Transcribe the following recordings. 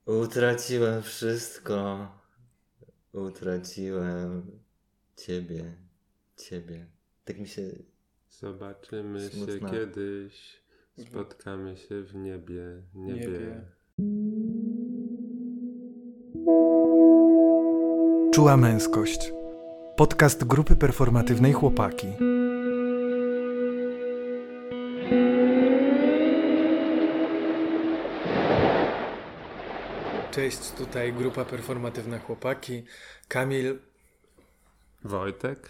Utraciłem wszystko. Utraciłem ciebie. Tak mi się Zobaczymy smutna. się kiedyś, spotkamy się w niebie. Czuła męskość. Podcast grupy performatywnej Chłopaki. Cześć, tutaj grupa performatywna Chłopaki. Kamil, Wojtek?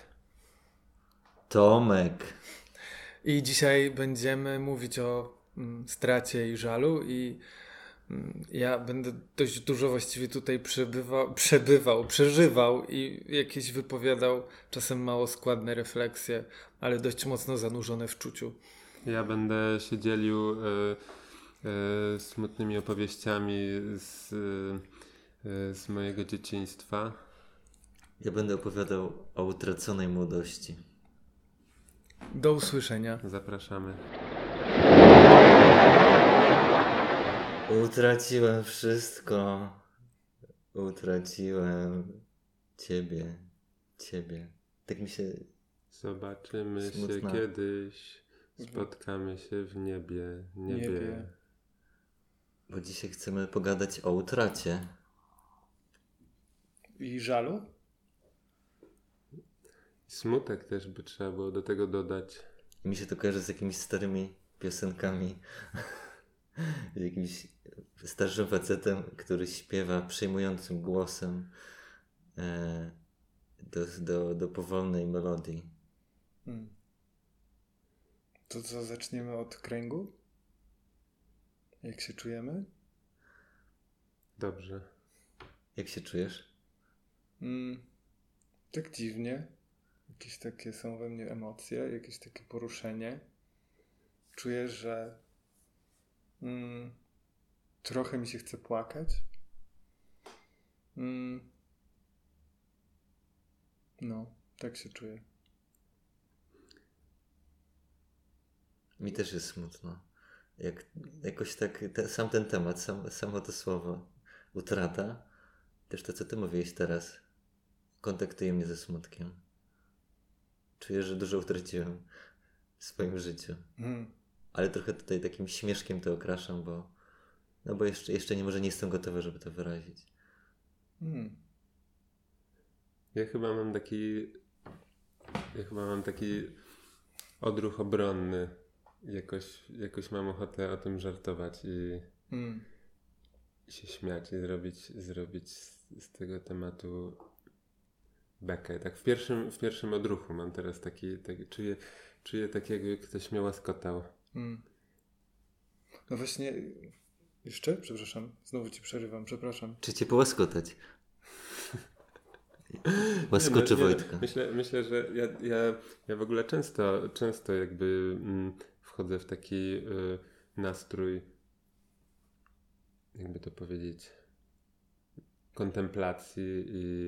Tomek. i dzisiaj będziemy mówić o stracie i żalu i ja będę dość dużo właściwie tutaj przeżywał i jakieś wypowiadał czasem mało składne refleksje, ale dość mocno zanurzone w czuciu. Ja będę się dzielił smutnymi opowieściami z mojego dzieciństwa. Ja będę opowiadał o utraconej młodości. Do usłyszenia. Zapraszamy. Utraciłem wszystko. Utraciłem ciebie. Tak mi się Zobaczymy smutna. się kiedyś, spotkamy się w niebie. Bo dzisiaj chcemy pogadać o utracie. I żalu? Smutek też by trzeba było do tego dodać. I mi się to kojarzy z jakimiś starymi piosenkami. Z jakimś starszym facetem, który śpiewa przejmującym głosem do powolnej melodii. To co, zaczniemy od kręgu? Jak się czujemy? Dobrze. Jak się czujesz? Tak dziwnie. Jakieś takie są we mnie emocje, jakieś takie poruszenie. Czuję, że trochę mi się chce płakać. No, tak się czuję. Mi też jest smutno. Jakoś tak, sam ten temat, samo to słowo utrata, też to, co ty mówiłeś teraz, kontaktuje mnie ze smutkiem. Czuję, że dużo utraciłem w swoim życiu. Ale trochę tutaj takim śmieszkiem to okraszam, bo jeszcze może nie jestem gotowy, żeby to wyrazić. Ja chyba mam taki odruch obronny. Jakoś mam ochotę o tym żartować i się śmiać i zrobić z tego tematu bekę. Tak w pierwszym odruchu mam teraz taki czuję tak, jakby ktoś mnie łaskotał. No właśnie, jeszcze? Przepraszam, znowu ci przerywam, przepraszam. Czy cię połaskotać? Łaskoczy Wojtka. Myślę, że ja w ogóle często jakby wchodzę w taki nastrój, jakby to powiedzieć, kontemplacji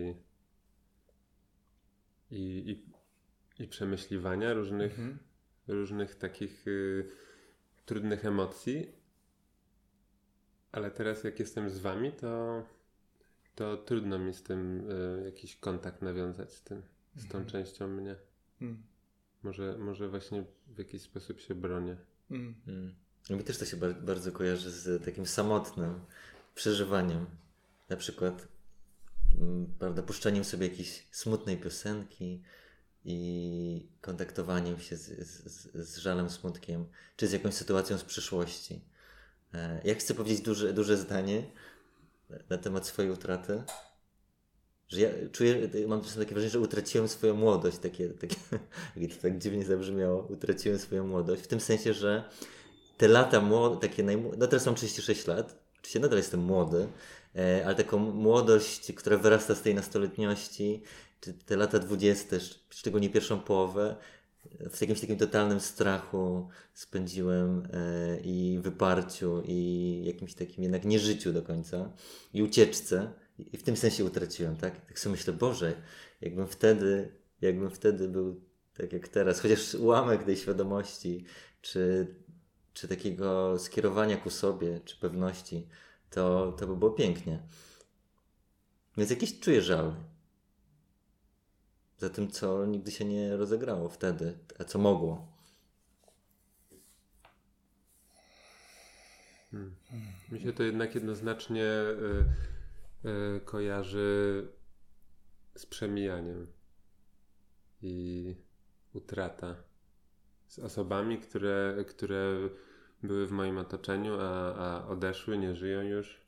i przemyśliwania różnych takich trudnych emocji, ale teraz jak jestem z wami, to trudno mi z tym jakiś kontakt nawiązać z tą częścią mnie. Może właśnie w jakiś sposób się bronię. Mi też to się bardzo kojarzy z takim samotnym przeżywaniem. Na przykład prawda, puszczaniem sobie jakiejś smutnej piosenki i kontaktowaniem się z żalem, smutkiem, czy z jakąś sytuacją z przyszłości. Ja chcę powiedzieć duże zdanie na temat swojej utraty, że ja czuję, mam czasem takie wrażenie, że utraciłem swoją młodość, to tak dziwnie zabrzmiało, utraciłem swoją młodość, w tym sensie, że te lata no teraz mam 36 lat, oczywiście nadal jestem młody, ale taką młodość, która wyrasta z tej nastoletniości, czy te lata 20, szczególnie pierwszą połowę, w jakimś takim totalnym strachu spędziłem i wyparciu i jakimś takim jednak nieżyciu do końca i ucieczce i w tym sensie utraciłem, tak? Tak sobie myślę, Boże, jakbym wtedy był tak jak teraz, chociaż ułamek tej świadomości czy takiego skierowania ku sobie, czy pewności, to by było pięknie. Więc jakiś czuję żal za tym, co nigdy się nie rozegrało wtedy, a co mogło. Mi się to jednak jednoznacznie kojarzy z przemijaniem i utrata. Z osobami, które były w moim otoczeniu, a odeszły, nie żyją już.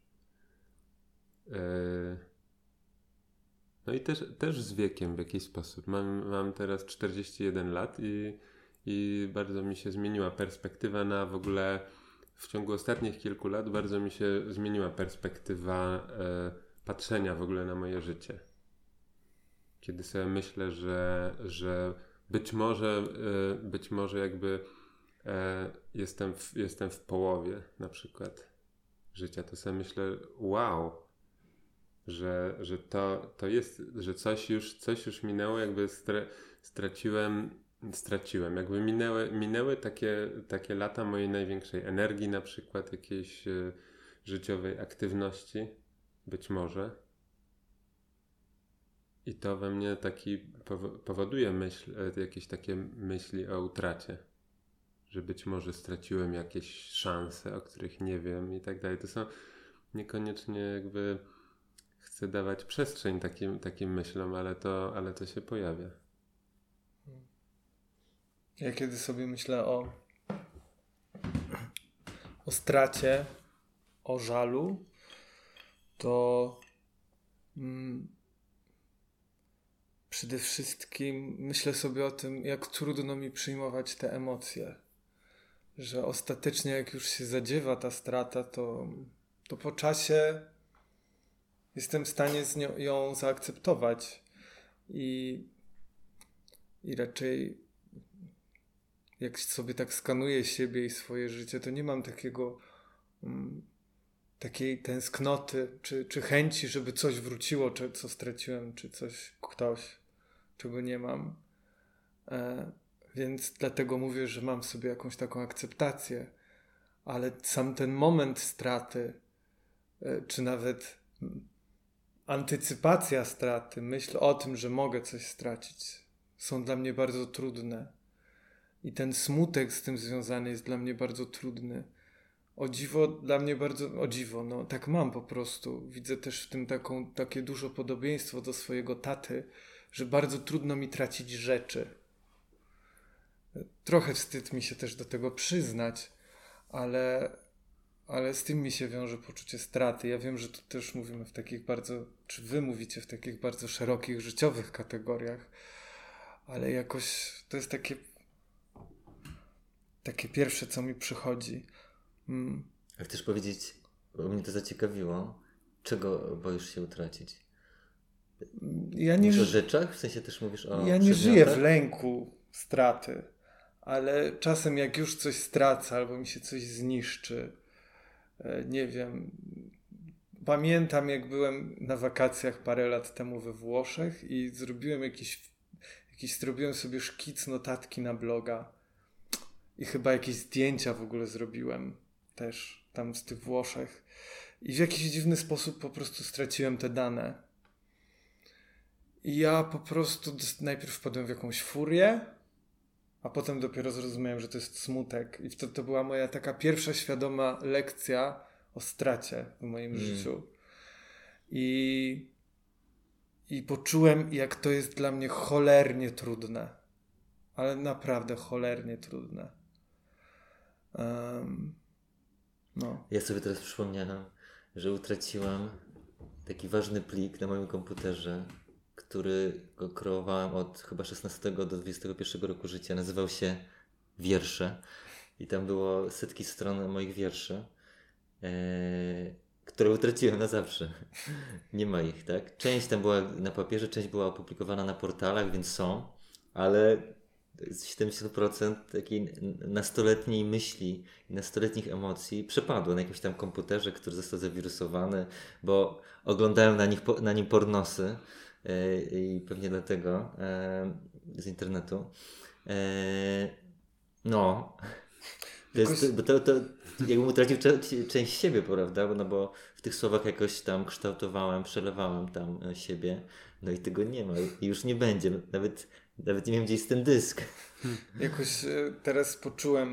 No i też z wiekiem w jakiś sposób. Mam teraz 41 lat i bardzo mi się zmieniła perspektywa na w ogóle w ciągu ostatnich kilku lat bardzo mi się zmieniła perspektywa patrzenia w ogóle na moje życie. Kiedy sobie myślę, że być może jakby jestem w połowie na przykład życia, to sobie myślę, wow, że to jest, że coś już minęło, jakby straciłem. Jakby minęły takie lata mojej największej energii, na przykład jakiejś życiowej aktywności, być może. I to we mnie powoduje jakieś takie myśli o utracie. Że być może straciłem jakieś szanse, o których nie wiem i tak dalej. To są niekoniecznie jakby chcę dawać przestrzeń takim myślom, ale to się pojawia. Ja kiedy sobie myślę o stracie, o żalu, to przede wszystkim myślę sobie o tym, jak trudno mi przyjmować te emocje. Że ostatecznie jak już się zadziewa ta strata, to po czasie jestem w stanie ją zaakceptować. I raczej jak sobie tak skanuję siebie i swoje życie, to nie mam takiej tęsknoty, czy chęci, żeby coś wróciło, co straciłem, czy ktoś, czego nie mam. Więc dlatego mówię, że mam w sobie jakąś taką akceptację. Ale sam ten moment straty, czy nawet antycypacja straty, myśl o tym, że mogę coś stracić, są dla mnie bardzo trudne. I ten smutek z tym związany jest dla mnie bardzo trudny. O dziwo, no tak mam po prostu. Widzę też w tym takie dużo podobieństwo do swojego taty, że bardzo trudno mi tracić rzeczy. Trochę wstyd mi się też do tego przyznać, ale z tym mi się wiąże poczucie straty. Ja wiem, że tu też mówimy w takich czy wy mówicie w takich bardzo szerokich życiowych kategoriach, ale jakoś to jest takie pierwsze, co mi przychodzi. A chcesz powiedzieć, bo mnie to zaciekawiło, czego boisz się utracić? Mówisz o rzeczach? W sensie też mówisz o Ja nie żyję w lęku straty, ale czasem jak już coś stracę albo mi się coś zniszczy, nie wiem, pamiętam jak byłem na wakacjach parę lat temu we Włoszech i zrobiłem sobie szkic, notatki na bloga i chyba jakieś zdjęcia w ogóle zrobiłem też tam z tych Włoszech i w jakiś dziwny sposób po prostu straciłem te dane. I ja po prostu najpierw wpadłem w jakąś furię, a potem dopiero zrozumiałem, że to jest smutek. I to była moja taka pierwsza świadoma lekcja o stracie w moim życiu. I poczułem, jak to jest dla mnie cholernie trudne. Ale naprawdę cholernie trudne. No. Ja sobie teraz przypomniałem, że utraciłam taki ważny plik na moim komputerze, który go kreowałem od chyba 16 do 21 roku życia. Nazywał się Wiersze i tam było setki stron moich wierszy, które utraciłem na zawsze. Nie ma ich, tak? Część tam była na papierze, część była opublikowana na portalach, więc są, ale 70% takiej nastoletniej myśli i nastoletnich emocji przepadło na jakimś tam komputerze, który został zawirusowany, bo oglądałem na nim pornosy i pewnie dlatego z internetu. No. Bo jakbym utracił część siebie, prawda? Bo w tych słowach jakoś tam kształtowałem, przelewałem tam siebie. No i tego nie ma i już nie będzie. Nawet nie wiem, gdzie jest ten dysk. Jakoś teraz poczułem,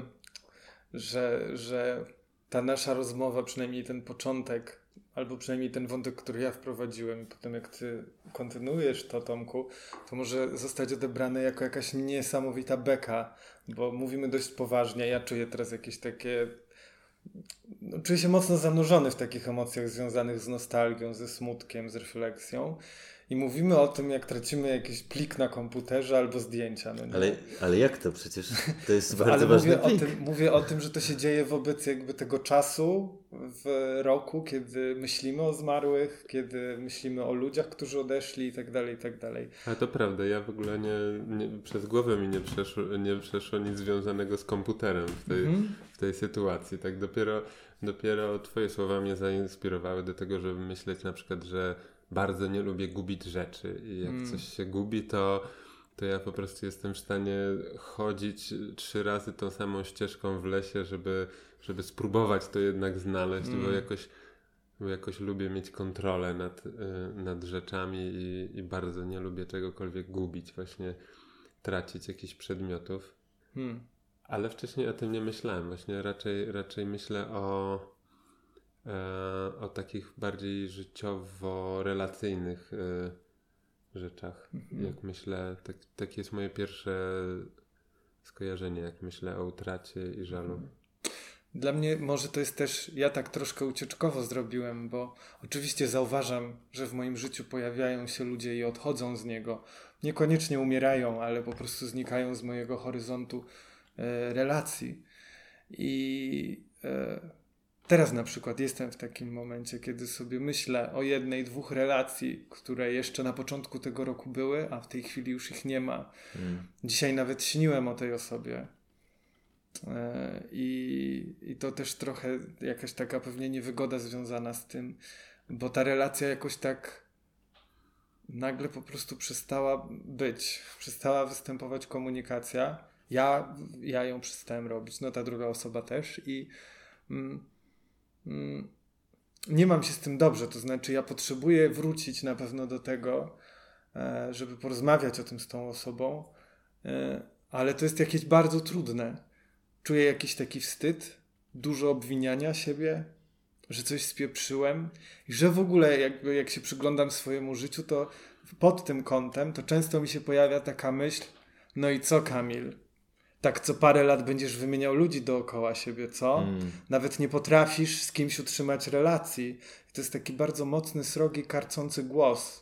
że ta nasza rozmowa, przynajmniej ten początek, albo przynajmniej ten wątek, który ja wprowadziłem i potem jak ty kontynuujesz to, Tomku, to może zostać odebrane jako jakaś niesamowita beka, bo mówimy dość poważnie. Ja czuję teraz jakieś takie... No, czuję się mocno zanurzony w takich emocjach związanych z nostalgią, ze smutkiem, z refleksją. I mówimy o tym, jak tracimy jakiś plik na komputerze albo zdjęcia. No nie? Ale jak to? Przecież to jest bardzo ważny plik. Mówię o tym, że to się dzieje wobec jakby tego czasu w roku, kiedy myślimy o zmarłych, kiedy myślimy o ludziach, którzy odeszli i tak dalej, i tak dalej. Ale to prawda, ja w ogóle przez głowę mi nie przeszło nic związanego z komputerem w tej sytuacji. Tak dopiero twoje słowa mnie zainspirowały do tego, żeby myśleć na przykład, że bardzo nie lubię gubić rzeczy i jak coś się gubi, to ja po prostu jestem w stanie chodzić 3 razy tą samą ścieżką w lesie, żeby spróbować to jednak znaleźć, bo jakoś lubię mieć kontrolę nad rzeczami i bardzo nie lubię czegokolwiek gubić, właśnie tracić jakichś przedmiotów. Ale wcześniej o tym nie myślałem, właśnie raczej myślę o takich bardziej życiowo-relacyjnych rzeczach. Jak myślę, takie jest moje pierwsze skojarzenie, jak myślę o utracie i żalu. Dla mnie może to jest też, ja tak troszkę ucieczkowo zrobiłem, bo oczywiście zauważam, że w moim życiu pojawiają się ludzie i odchodzą z niego. Niekoniecznie umierają, ale po prostu znikają z mojego horyzontu relacji. I teraz na przykład jestem w takim momencie, kiedy sobie myślę o 1-2 relacji, które jeszcze na początku tego roku były, a w tej chwili już ich nie ma. Dzisiaj nawet śniłem o tej osobie. I to też trochę jakaś taka pewnie niewygoda związana z tym, bo ta relacja jakoś tak nagle po prostu przestała występować komunikacja. Ja ją przestałem robić, no ta druga osoba też i nie mam się z tym dobrze, to znaczy ja potrzebuję wrócić na pewno do tego, żeby porozmawiać o tym z tą osobą, ale to jest jakieś bardzo trudne. Czuję jakiś taki wstyd, dużo obwiniania siebie, że coś spieprzyłem i że w ogóle jak się przyglądam swojemu życiu, to pod tym kątem to często mi się pojawia taka myśl, no i co, Kamil? Tak co parę lat będziesz wymieniał ludzi dookoła siebie, co? Nawet nie potrafisz z kimś utrzymać relacji. I to jest taki bardzo mocny, srogi, karcący głos.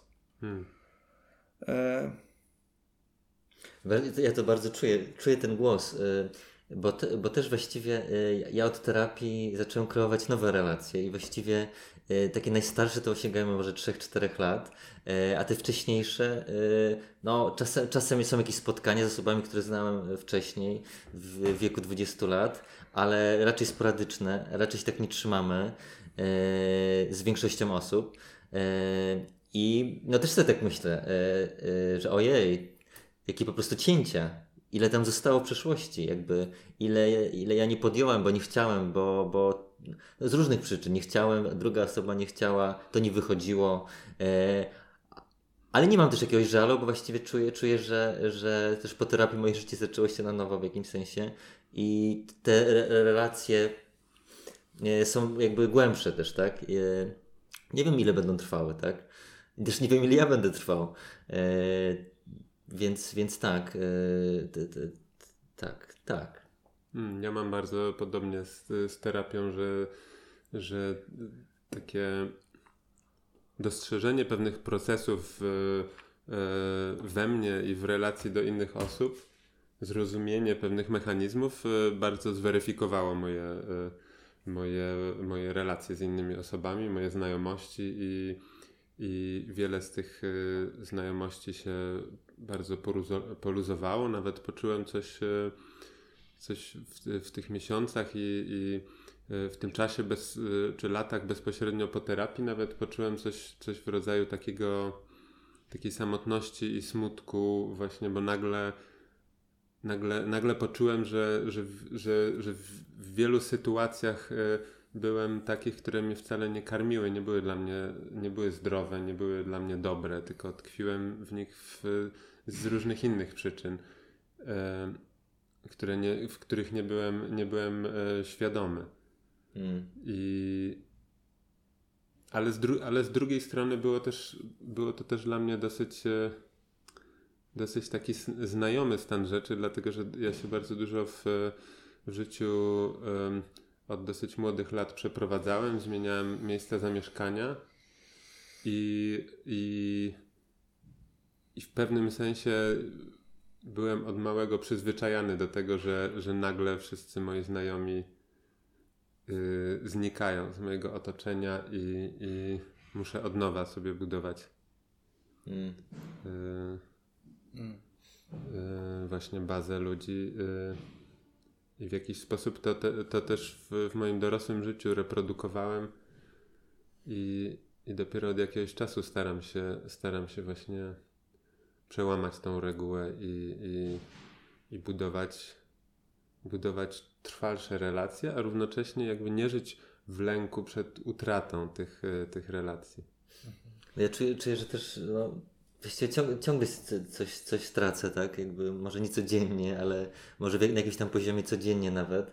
Ja to bardzo czuję ten głos, bo też właściwie ja od terapii zacząłem kreować nowe relacje i właściwie takie najstarsze to osiągają może 3-4 lat, a te wcześniejsze, no czasem są jakieś spotkania z osobami, które znałem wcześniej, w wieku 20 lat, ale raczej sporadyczne, raczej się tak nie trzymamy z większością osób. I no też sobie tak myślę, że ojej, jakie po prostu cięcia, ile tam zostało w przeszłości, jakby ile ja nie podjąłem, bo nie chciałem, bo z różnych przyczyn nie chciałem, druga osoba nie chciała, to nie wychodziło, ale nie mam też jakiegoś żalu, bo właściwie czuję, że też po terapii moje życie zaczęło się na nowo w jakimś sensie i te relacje są jakby głębsze też, tak? Nie wiem, ile będą trwały, tak? Też nie wiem, ile ja będę trwał. Więc tak. Tak. Ja mam bardzo podobnie z terapią, że takie dostrzeżenie pewnych procesów we mnie i w relacji do innych osób, zrozumienie pewnych mechanizmów bardzo zweryfikowało moje relacje z innymi osobami, moje znajomości i wiele z tych znajomości się bardzo poluzowało. Nawet poczułem coś w tych miesiącach i w tym czasie czy latach bezpośrednio po terapii nawet poczułem coś w rodzaju takiej samotności i smutku właśnie, bo nagle poczułem, że w wielu sytuacjach byłem takich, które mnie wcale nie karmiły, nie były zdrowe, nie były dla mnie dobre, tylko tkwiłem w nich z różnych innych przyczyn, w których nie byłem świadomy. Ale z drugiej strony było to też dla mnie dosyć taki znajomy stan rzeczy, dlatego że ja się bardzo dużo w życiu od dosyć młodych lat przeprowadzałem, zmieniałem miejsca zamieszkania i w pewnym sensie byłem od małego przyzwyczajany do tego, że nagle wszyscy moi znajomi znikają z mojego otoczenia i muszę od nowa sobie budować właśnie bazę ludzi i w jakiś sposób to też w moim dorosłym życiu reprodukowałem i dopiero od jakiegoś czasu staram się właśnie przełamać tą regułę i budować trwalsze relacje, a równocześnie jakby nie żyć w lęku przed utratą tych relacji. Ja czuję, że też właściwie ciągle coś tracę, tak? Jakby może nie codziennie, ale może na jakimś tam poziomie codziennie nawet.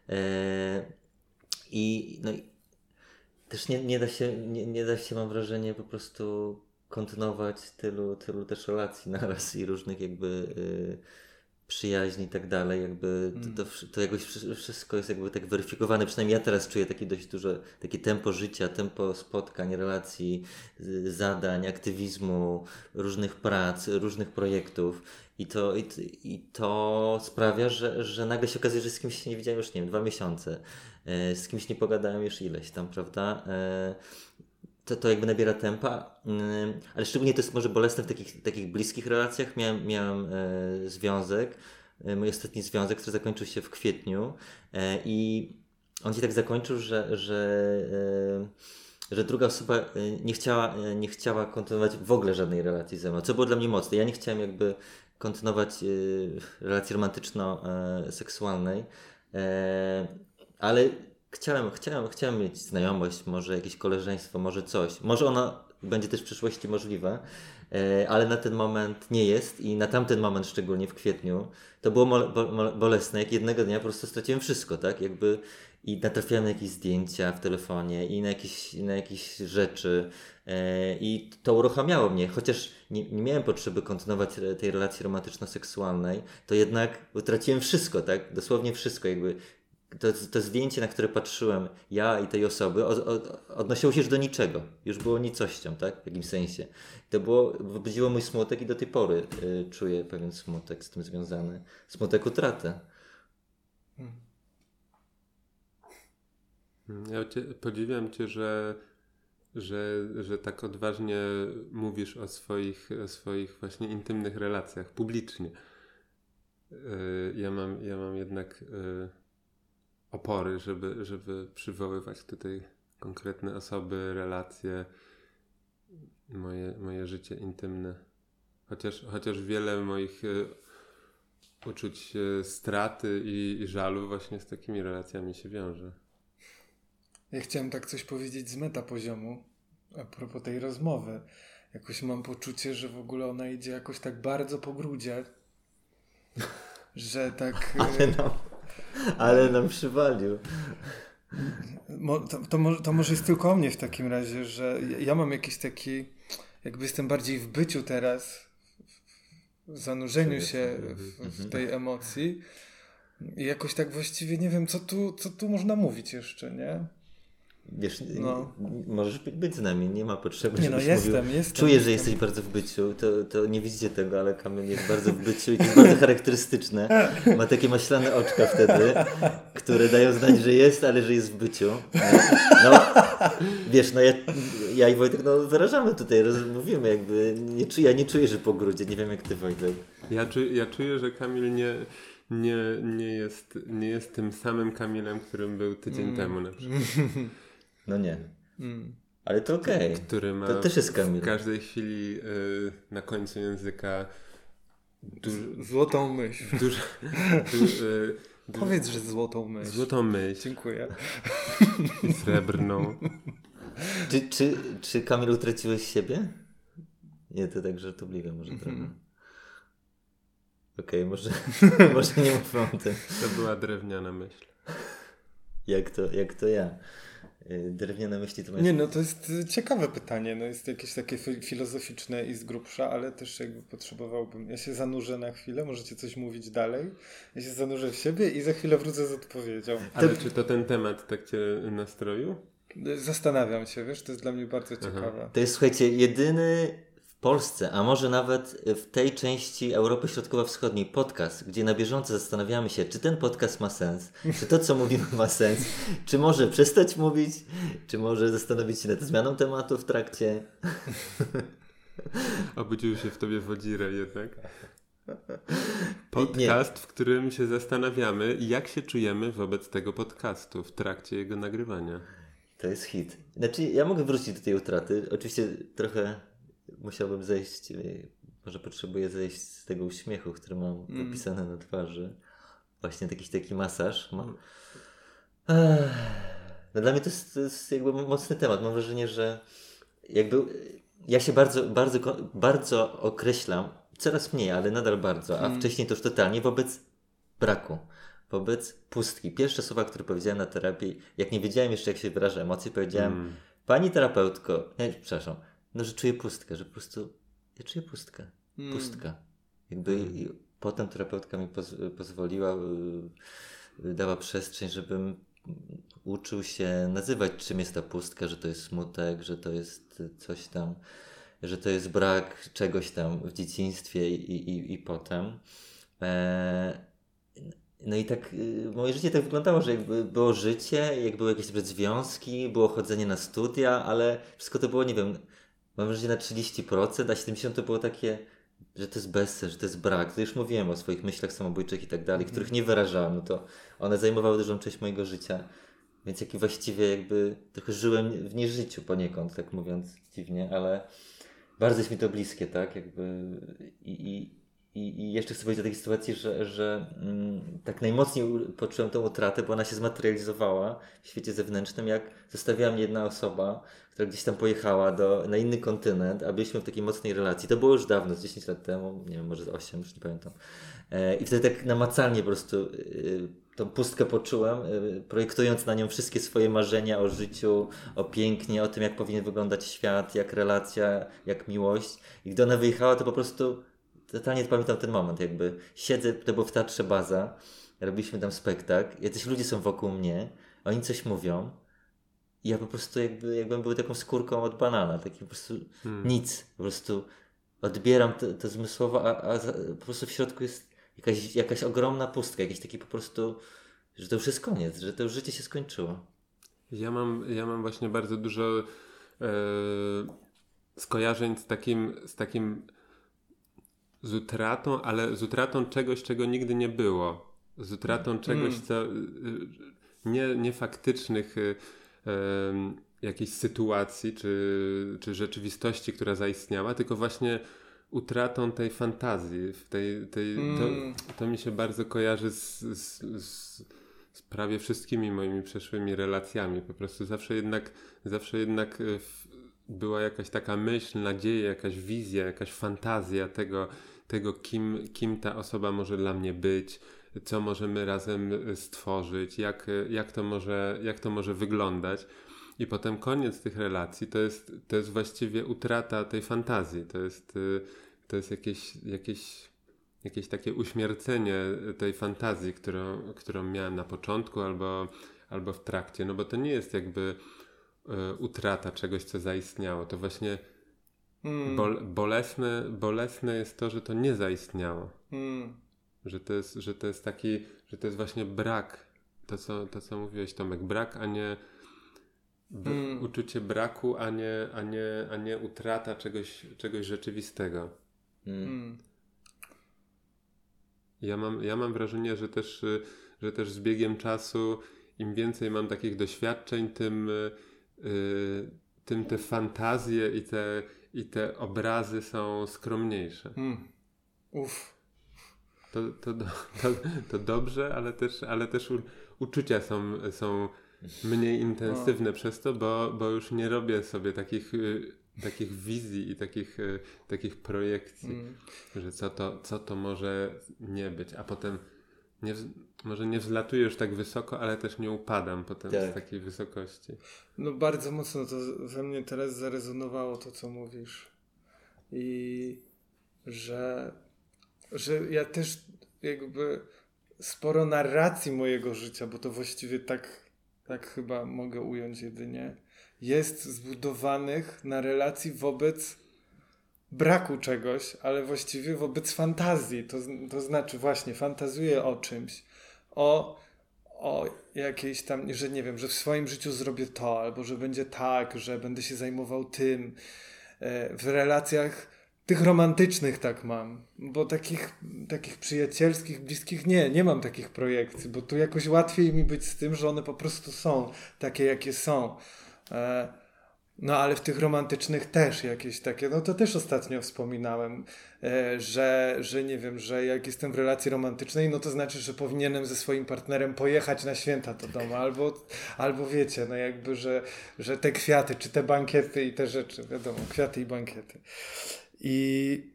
I też nie da się, mam wrażenie, po prostu kontynuować tylu też relacji naraz i różnych jakby przyjaźni i tak dalej, jakby to jakoś wszystko jest jakby tak weryfikowane, przynajmniej ja teraz czuję takie dość duże takie tempo życia, tempo spotkań, relacji, zadań, aktywizmu, różnych prac, różnych projektów i to sprawia, że nagle się okazuje, że z kimś się nie widziałem już, nie wiem, 2 miesiące, z kimś nie pogadałem już ileś tam, prawda? To jakby nabiera tempa, ale szczególnie to jest może bolesne w takich bliskich relacjach. Miałem związek, mój ostatni związek, który zakończył się w kwietniu i on się tak zakończył, że druga osoba nie chciała kontynuować w ogóle żadnej relacji ze mną, co było dla mnie mocne. Ja nie chciałem jakby kontynuować relacji romantyczno-seksualnej, ale chciałem mieć znajomość, może jakieś koleżeństwo, może coś. Może ona będzie też w przyszłości możliwe, ale na ten moment nie jest i na tamten moment, szczególnie w kwietniu, to było bolesne, jak jednego dnia po prostu straciłem wszystko, tak? Jakby i natrafiałem na jakieś zdjęcia w telefonie i na jakieś rzeczy i to uruchamiało mnie, chociaż nie miałem potrzeby kontynuować tej relacji romantyczno-seksualnej, to jednak utraciłem wszystko, tak? Dosłownie wszystko, jakby to zdjęcie, na które patrzyłem ja i tej osoby odnosiło się już do niczego. Już było nicością, tak? W jakimś sensie. Budziło mój smutek i do tej pory czuję pewien smutek z tym związany. Smutek utraty. Ja podziwiam Cię, że tak odważnie mówisz o swoich właśnie intymnych relacjach publicznie. Ja mam jednak opory, żeby przywoływać tutaj konkretne osoby, relacje, moje życie intymne. Chociaż wiele moich uczuć straty i żalu właśnie z takimi relacjami się wiąże. Ja chciałem tak coś powiedzieć z metapoziomu a propos tej rozmowy. Jakoś mam poczucie, że w ogóle ona idzie jakoś tak bardzo po grudzie, że tak... Ale nam przywalił. To może jest tylko o mnie w takim razie, że ja mam jakiś taki, jakby jestem bardziej w byciu teraz, w zanurzeniu się w tej emocji i jakoś tak właściwie nie wiem, co tu można mówić jeszcze, nie? Wiesz, możesz być z nami, nie ma potrzeby, nie, żebyś jestem. Czuję, że jesteś bardzo w byciu, to nie widzicie tego, ale Kamil jest bardzo w byciu i to jest bardzo charakterystyczne. Ma takie maślane oczka wtedy, które dają znać, że jest, ale że jest w byciu. Wiesz, ja i Wojtek wyrażamy tutaj, mówimy jakby, ja nie czuję, że po grudzie, nie wiem jak ty, Wojtek. Ja czuję, że Kamil nie jest tym samym Kamilem, którym był tydzień temu na przykład. No nie. Ale to okej. Który ma to też jest Kamil. W każdej chwili na końcu języka złotą myśl. Powiedz, że złotą myśl. Złotą myśl. Dziękuję. I srebrną. Czy Kamil utraciłeś siebie? Nie, to tak żartobliwe może trochę. Okej, może nie mówmy o tym. To była drewniana myśl. Jak to ja. Drewniane myśli to Nie, no to jest ciekawe pytanie. No jest jakieś takie filozoficzne i z grubsza, ale też jakby potrzebowałbym. Ja się zanurzę na chwilę, możecie coś mówić dalej. Ja się zanurzę w siebie i za chwilę wrócę z odpowiedzią. Ale czy to ten temat tak cię nastroił? Zastanawiam się, wiesz, to jest dla mnie bardzo ciekawe. To jest, słuchajcie, jedyny w Polsce, a może nawet w tej części Europy Środkowo-Wschodniej podcast, gdzie na bieżąco zastanawiamy się, czy ten podcast ma sens, czy to, co mówimy, ma sens, czy może przestać mówić, czy może zastanowić się nad zmianą tematu w trakcie. Obudził się w tobie wodzirę jednak. Podcast, w którym się zastanawiamy, jak się czujemy wobec tego podcastu w trakcie jego nagrywania. To jest hit. Znaczy, ja mogę wrócić do tej utraty. Oczywiście trochę musiałbym zejść, może potrzebuję zejść z tego uśmiechu, który mam napisane na twarzy. Właśnie jakiś taki masaż. No dla mnie to jest jakby mocny temat. Mam wrażenie, że jakby ja się bardzo określam, coraz mniej, ale nadal bardzo, a wcześniej to już totalnie, wobec braku. Wobec pustki. Pierwsze słowa, które powiedziałem na terapii, jak nie wiedziałem jeszcze, jak się wyraża emocje, powiedziałem: pani terapeutko, przepraszam, że czuję pustkę, że po prostu ja czuję pustkę. Pustka. Jakby i potem terapeutka mi pozwoliła, dała przestrzeń, żebym uczył się nazywać, czym jest ta pustka, że to jest smutek, że to jest coś tam, że to jest brak czegoś tam w dzieciństwie i potem. No i tak moje życie tak wyglądało, że jakby było życie, jak były jakieś związki, było chodzenie na studia, ale wszystko to było, nie wiem, mam wrażenie na 30%, a 70% to było takie, że to jest bezsens, że to jest brak. To już mówiłem o swoich myślach samobójczych i tak dalej, których nie wyrażałem, no to one zajmowały dużą część mojego życia. Więc jak właściwie jakby trochę żyłem w nieżyciu poniekąd, tak mówiąc dziwnie, ale bardzo jest mi to bliskie, tak? Jakby I jeszcze chcę powiedzieć o takiej sytuacji, że tak najmocniej poczułem tą utratę, bo ona się zmaterializowała w świecie zewnętrznym, jak zostawiła mnie jedna osoba, która gdzieś tam pojechała na inny kontynent, a byliśmy w takiej mocnej relacji. To było już dawno, z 10 lat temu, nie wiem, może z 8, już nie pamiętam. I wtedy tak namacalnie po prostu tą pustkę poczułem, projektując na nią wszystkie swoje marzenia o życiu, o pięknie, o tym, jak powinien wyglądać świat, jak relacja, jak miłość. I gdy ona wyjechała, to po prostu totalnie pamiętam ten moment, jakby siedzę, to było w Teatrze Baza, robiliśmy tam spektakl, jacyś ludzie są wokół mnie, oni coś mówią i ja po prostu jakbym był taką skórką od banana, taki po prostu nic, po prostu odbieram to zmysłowo, a po prostu w środku jest jakaś ogromna pustka, jakiś taki po prostu, że to już jest koniec, że to już życie się skończyło. Ja mam właśnie bardzo dużo skojarzeń z takim z utratą, ale z utratą czegoś, czego nigdy nie było. Z utratą czegoś, co nie faktycznych jakiejś sytuacji czy rzeczywistości, która zaistniała, tylko właśnie utratą tej fantazji. To mi się bardzo kojarzy z prawie wszystkimi moimi przeszłymi relacjami. Po prostu zawsze jednak była jakaś taka myśl, nadzieja, jakaś wizja, jakaś fantazja tego kim ta osoba może dla mnie być, co możemy razem stworzyć, jak to może wyglądać. I potem koniec tych relacji to jest właściwie utrata tej fantazji. To jest jakieś takie uśmiercenie tej fantazji, którą miałem na początku albo w trakcie. No bo to nie jest jakby utrata czegoś, co zaistniało. To właśnie bolesne jest to, że to nie zaistniało. Że to jest właśnie brak. To co mówiłeś, Tomek, brak, a nie uczucie braku, a nie utrata czegoś rzeczywistego. Ja mam wrażenie, że też z biegiem czasu im więcej mam takich doświadczeń, tym te fantazje i te obrazy są skromniejsze. to dobrze, ale też uczucia są mniej intensywne przez to, bo już nie robię sobie takich wizji i takich projekcji, że co to może nie być, a potem może nie wzlatuję już tak wysoko, ale też nie upadam potem z takiej wysokości. No bardzo mocno to we mnie teraz zarezonowało to, co mówisz. I że ja też jakby sporo narracji mojego życia, bo to właściwie tak chyba mogę ująć jedynie, jest zbudowanych na relacji wobec braku czegoś, ale właściwie wobec fantazji. To znaczy właśnie fantazuję o czymś, o jakiejś tam, że nie wiem, że w swoim życiu zrobię to, albo że będzie tak, że będę się zajmował tym. W relacjach tych romantycznych tak mam, bo takich przyjacielskich, bliskich nie mam takich projekcji, bo tu jakoś łatwiej mi być z tym, że one po prostu są takie, jakie są. No ale w tych romantycznych też jakieś takie, no to też ostatnio wspominałem, że nie wiem, że jak jestem w relacji romantycznej, no to znaczy, że powinienem ze swoim partnerem pojechać na święta do domu, albo wiecie, no jakby, że te kwiaty, czy te bankiety i te rzeczy, wiadomo, kwiaty i bankiety. I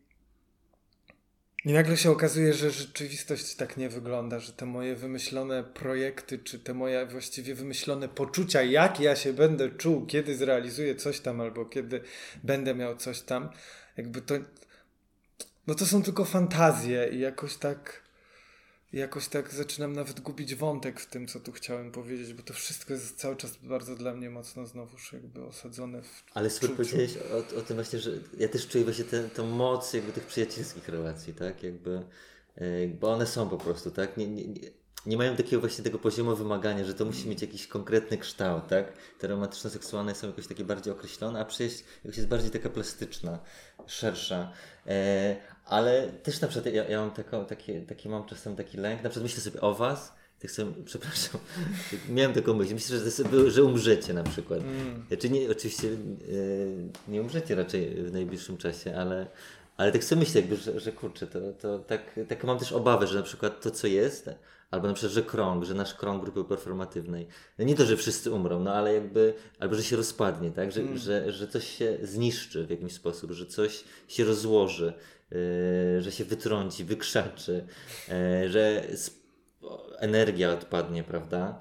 nagle się okazuje, że rzeczywistość tak nie wygląda, że te moje wymyślone projekty, czy te moje właściwie wymyślone poczucia, jak ja się będę czuł, kiedy zrealizuję coś tam, albo kiedy będę miał coś tam, jakby to są tylko fantazje i jakoś tak zaczynam nawet gubić wątek w tym, co tu chciałem powiedzieć, bo to wszystko jest cały czas bardzo dla mnie mocno znowuż jakby osadzone w Ale super powiedziałeś o tym właśnie, że ja też czuję właśnie tę moc jakby tych przyjacielskich relacji, tak? Jakby one są po prostu, tak? Nie mają takiego właśnie tego poziomu wymagania, że to musi mieć jakiś konkretny kształt, tak? Te romantyczno-seksualne są jakoś takie bardziej określone, a przyjaźń jakoś jest bardziej taka plastyczna, szersza. Ale też na przykład ja mam mam czasem taki lęk, na przykład myślę sobie o was, tak sobie, przepraszam, miałem taką myśl, myślę, że umrzecie na przykład. Znaczy oczywiście nie umrzecie raczej w najbliższym czasie, ale tak sobie myślę jakby, że kurczę, to tak mam też obawę, że na przykład to co jest, albo na przykład, że nasz krąg grupy performatywnej, no nie to, że wszyscy umrą, no ale jakby, albo że się rozpadnie, tak, że coś się zniszczy w jakiś sposób, że coś się rozłoży, że się wytrąci, wykrzaczy, że energia odpadnie, prawda?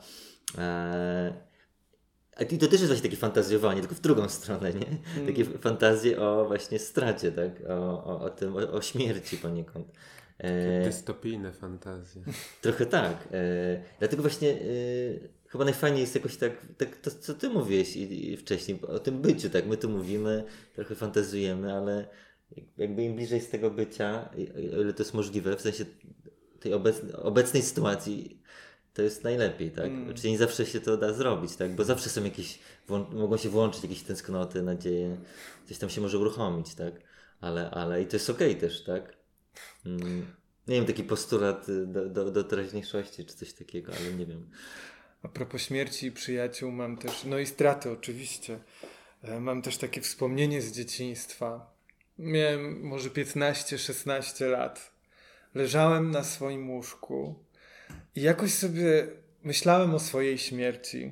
I to też jest właśnie takie fantazjowanie, tylko w drugą stronę, nie? Takie fantazje o właśnie stracie, tak? O śmierci poniekąd. Dystopijne fantazje. Trochę tak. Dlatego właśnie chyba najfajniej jest jakoś tak to, co ty mówiłeś i wcześniej, o tym byciu, tak? My tu mówimy, trochę fantazjujemy, ale jakby im bliżej z tego bycia, o ile to jest możliwe, w sensie tej obecnej sytuacji, to jest najlepiej, tak? Oczywiście nie zawsze się to da zrobić, tak? Bo zawsze są mogą się włączyć jakieś tęsknoty, nadzieje, coś tam się może uruchomić, tak? Ale i to jest okej też, tak? Nie wiem, taki postulat do teraźniejszości, czy coś takiego, ale nie wiem. A propos śmierci i przyjaciół mam też, no i straty oczywiście, mam też takie wspomnienie z dzieciństwa. Miałem może 15-16 lat. Leżałem na swoim łóżku i jakoś sobie myślałem o swojej śmierci.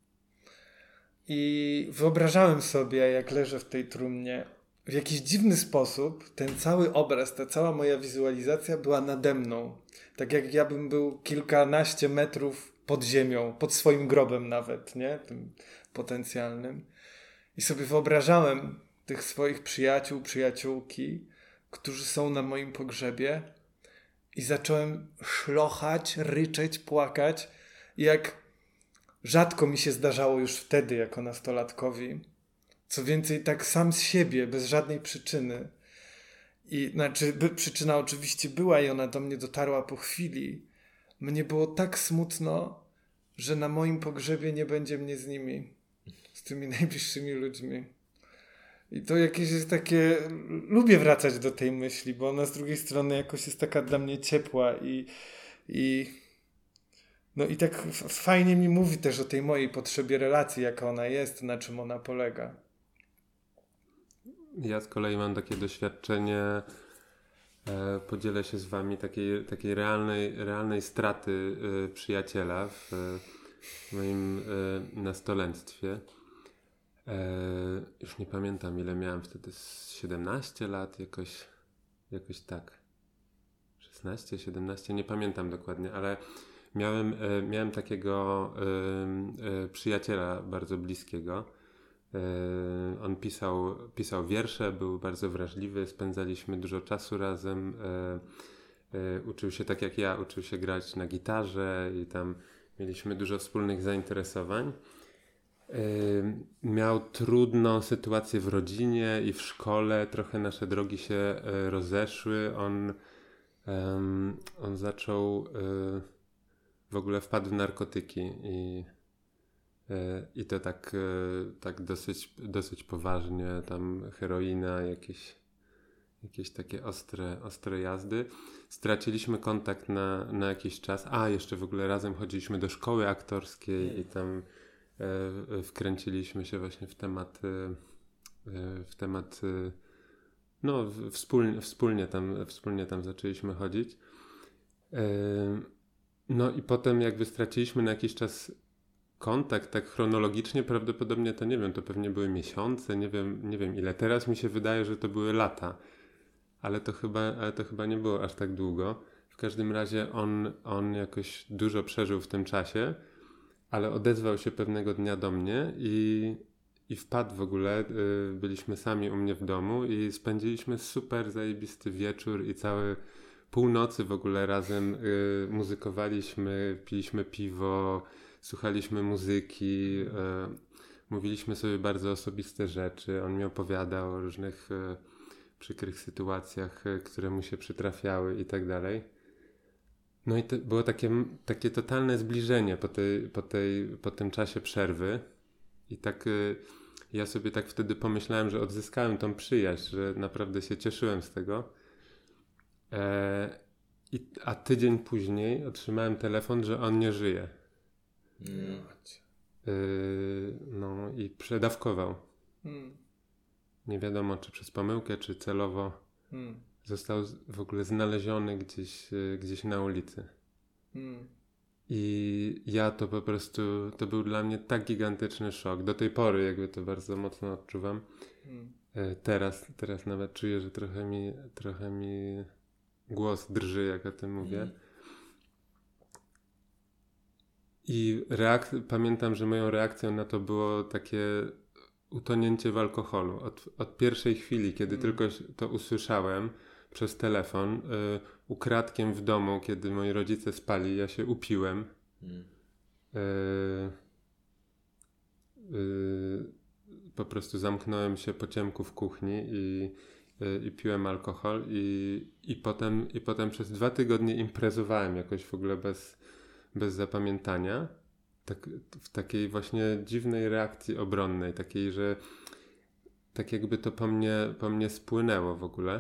I wyobrażałem sobie, jak leżę w tej trumnie. W jakiś dziwny sposób ten cały obraz, ta cała moja wizualizacja była nade mną. Tak jak ja bym był kilkanaście metrów pod ziemią, pod swoim grobem nawet, nie? Tym potencjalnym. I sobie wyobrażałem tych swoich przyjaciół, przyjaciółki, którzy są na moim pogrzebie i zacząłem szlochać, ryczeć, płakać. Jak rzadko mi się zdarzało już wtedy jako nastolatkowi. Co więcej, tak sam z siebie, bez żadnej przyczyny. I znaczy, przyczyna oczywiście była i ona do mnie dotarła po chwili. Mnie było tak smutno, że na moim pogrzebie nie będzie mnie z nimi. Z tymi najbliższymi ludźmi. I to jakieś jest takie... Lubię wracać do tej myśli, bo ona z drugiej strony jakoś jest taka dla mnie ciepła no i tak fajnie mi mówi też o tej mojej potrzebie relacji, jaka ona jest, na czym ona polega. Ja z kolei mam takie doświadczenie podzielę się z wami takiej realnej straty przyjaciela w moim nastolenstwie. Już nie pamiętam, ile miałem wtedy, 17 lat, jakoś tak. 16, 17, nie pamiętam dokładnie, ale miałem takiego przyjaciela bardzo bliskiego. On pisał wiersze, był bardzo wrażliwy, spędzaliśmy dużo czasu razem. Uczył się tak jak ja, uczył się grać na gitarze i tam mieliśmy dużo wspólnych zainteresowań. Miał trudną sytuację w rodzinie i w szkole, trochę nasze drogi się rozeszły. On zaczął, w ogóle wpadł w narkotyki i to tak dosyć poważnie, tam heroina, jakieś takie ostre jazdy. Straciliśmy kontakt na jakiś czas. Jeszcze w ogóle razem chodziliśmy do szkoły aktorskiej i tam wkręciliśmy się właśnie w temat no wspólnie tam zaczęliśmy chodzić. No i potem jakby straciliśmy na jakiś czas kontakt, tak chronologicznie prawdopodobnie to nie wiem, to pewnie były miesiące, nie wiem ile. Teraz mi się wydaje, że to były lata, ale to chyba nie było aż tak długo. W każdym razie on jakoś dużo przeżył w tym czasie, ale odezwał się pewnego dnia do mnie i wpadł w ogóle. Byliśmy sami u mnie w domu i spędziliśmy super zajebisty wieczór i całe północy w ogóle razem muzykowaliśmy, piliśmy piwo, słuchaliśmy muzyki, mówiliśmy sobie bardzo osobiste rzeczy. On mi opowiadał o różnych przykrych sytuacjach, które mu się przytrafiały i tak dalej. No i to było takie totalne zbliżenie po tym czasie przerwy. I tak ja sobie tak wtedy pomyślałem, że odzyskałem tą przyjaźń, że naprawdę się cieszyłem z tego. A tydzień później otrzymałem telefon, że on nie żyje. No i przedawkował. Nie wiadomo, czy przez pomyłkę, czy celowo. Został w ogóle znaleziony gdzieś na ulicy. I ja to po prostu, to był dla mnie tak gigantyczny szok. Do tej pory jakby to bardzo mocno odczuwam. Teraz nawet czuję, że trochę mi głos drży, jak o tym mówię. I pamiętam, że moją reakcją na to było takie utonięcie w alkoholu. Od pierwszej chwili, kiedy tylko to usłyszałem przez telefon, ukradkiem w domu, kiedy moi rodzice spali, ja się upiłem. Po prostu zamknąłem się po ciemku w kuchni i piłem alkohol i potem przez 2 tygodnie imprezowałem jakoś w ogóle bez zapamiętania. Tak, w takiej właśnie dziwnej reakcji obronnej, takiej, że tak jakby to po mnie spłynęło w ogóle.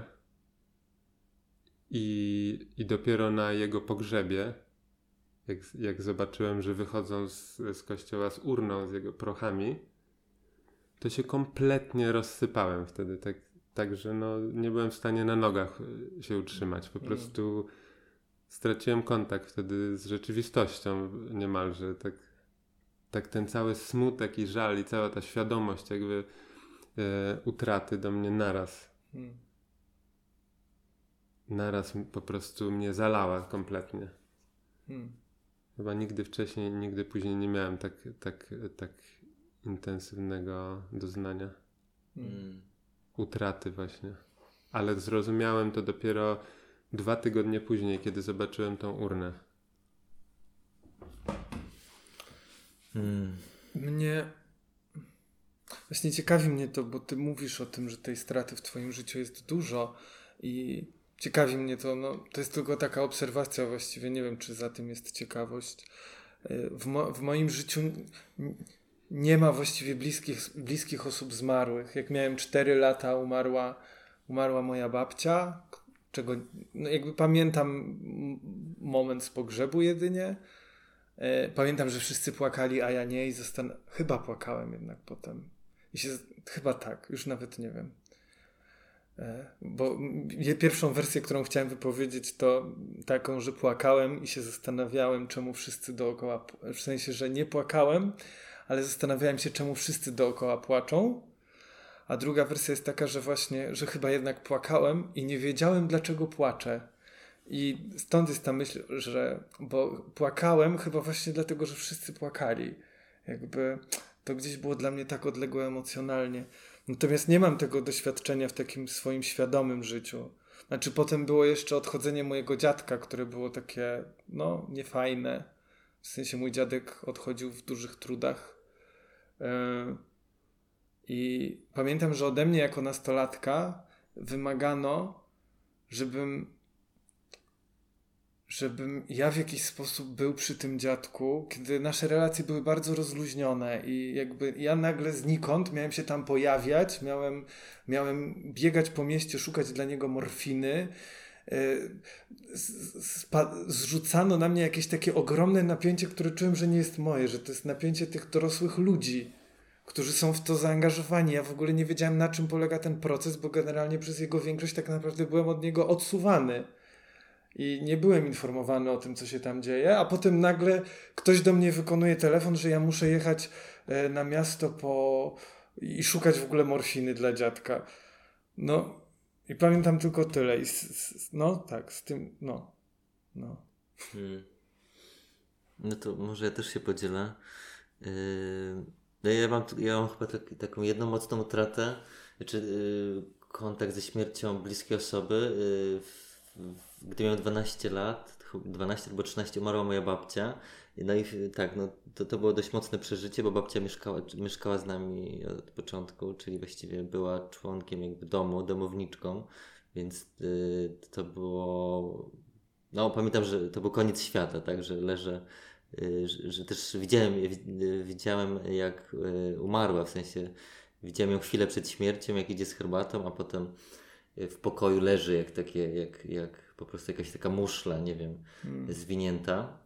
I dopiero na jego pogrzebie, jak zobaczyłem, że wychodzą z kościoła z urną, z jego prochami, to się kompletnie rozsypałem wtedy. Tak, że no, nie byłem w stanie na nogach się utrzymać. Po prostu straciłem kontakt wtedy z rzeczywistością niemalże. Tak ten cały smutek i żal i cała ta świadomość jakby utraty do mnie naraz po prostu mnie zalała kompletnie. Chyba nigdy wcześniej, nigdy później nie miałem tak intensywnego doznania. Utraty właśnie. Ale zrozumiałem to dopiero 2 tygodnie później, kiedy zobaczyłem tą urnę. Właśnie ciekawi mnie to, bo ty mówisz o tym, że tej straty w twoim życiu jest dużo i ciekawi mnie to, no to jest tylko taka obserwacja właściwie, nie wiem, czy za tym jest ciekawość. W moim życiu nie ma właściwie bliskich osób zmarłych. Jak miałem 4 lata, umarła moja babcia, czego no jakby pamiętam moment z pogrzebu jedynie. Pamiętam, że wszyscy płakali, a ja nie i chyba płakałem jednak potem. Chyba tak, już nawet nie wiem. Bo pierwszą wersję, którą chciałem wypowiedzieć, to taką, że płakałem i się zastanawiałem, czemu wszyscy dookoła, w sensie, że nie płakałem, ale zastanawiałem się, czemu wszyscy dookoła płaczą. A druga wersja jest taka, że właśnie, że chyba jednak płakałem i nie wiedziałem, dlaczego płaczę. I stąd jest ta myśl, że, bo płakałem chyba właśnie dlatego, że wszyscy płakali. Jakby to gdzieś było dla mnie tak odległe emocjonalnie. Natomiast nie mam tego doświadczenia w takim swoim świadomym życiu. Znaczy potem było jeszcze odchodzenie mojego dziadka, które było takie, no, niefajne. W sensie mój dziadek odchodził w dużych trudach. I pamiętam, że ode mnie jako nastolatka wymagano, żebym ja w jakiś sposób był przy tym dziadku, kiedy nasze relacje były bardzo rozluźnione i jakby ja nagle znikąd miałem się tam pojawiać, miałem biegać po mieście, szukać dla niego morfiny. Zrzucano na mnie jakieś takie ogromne napięcie, które czułem, że nie jest moje, że to jest napięcie tych dorosłych ludzi, którzy są w to zaangażowani. Ja w ogóle nie wiedziałem, na czym polega ten proces, bo generalnie przez jego większość tak naprawdę byłem od niego odsuwany. I nie byłem informowany o tym, co się tam dzieje, a potem nagle ktoś do mnie wykonuje telefon, że ja muszę jechać na miasto i szukać w ogóle morfiny dla dziadka. No i pamiętam tylko tyle. No tak, z tym, no. No to może ja też się podzielę. No ja mam chyba taką jedną mocną utratę, kontakt ze śmiercią bliskiej osoby. Gdy miałem 12 lat, 12 albo 13, umarła moja babcia. No i tak, no to było dość mocne przeżycie, bo babcia mieszkała z nami od początku, czyli właściwie była członkiem jakby domu, domowniczką, więc to było... No pamiętam, że to był koniec świata, tak, że leżę, że też widziałem jak umarła, w sensie widziałem ją chwilę przed śmiercią, jak idzie z herbatą, a potem w pokoju leży jak po prostu jakaś taka muszla, nie wiem, zwinięta.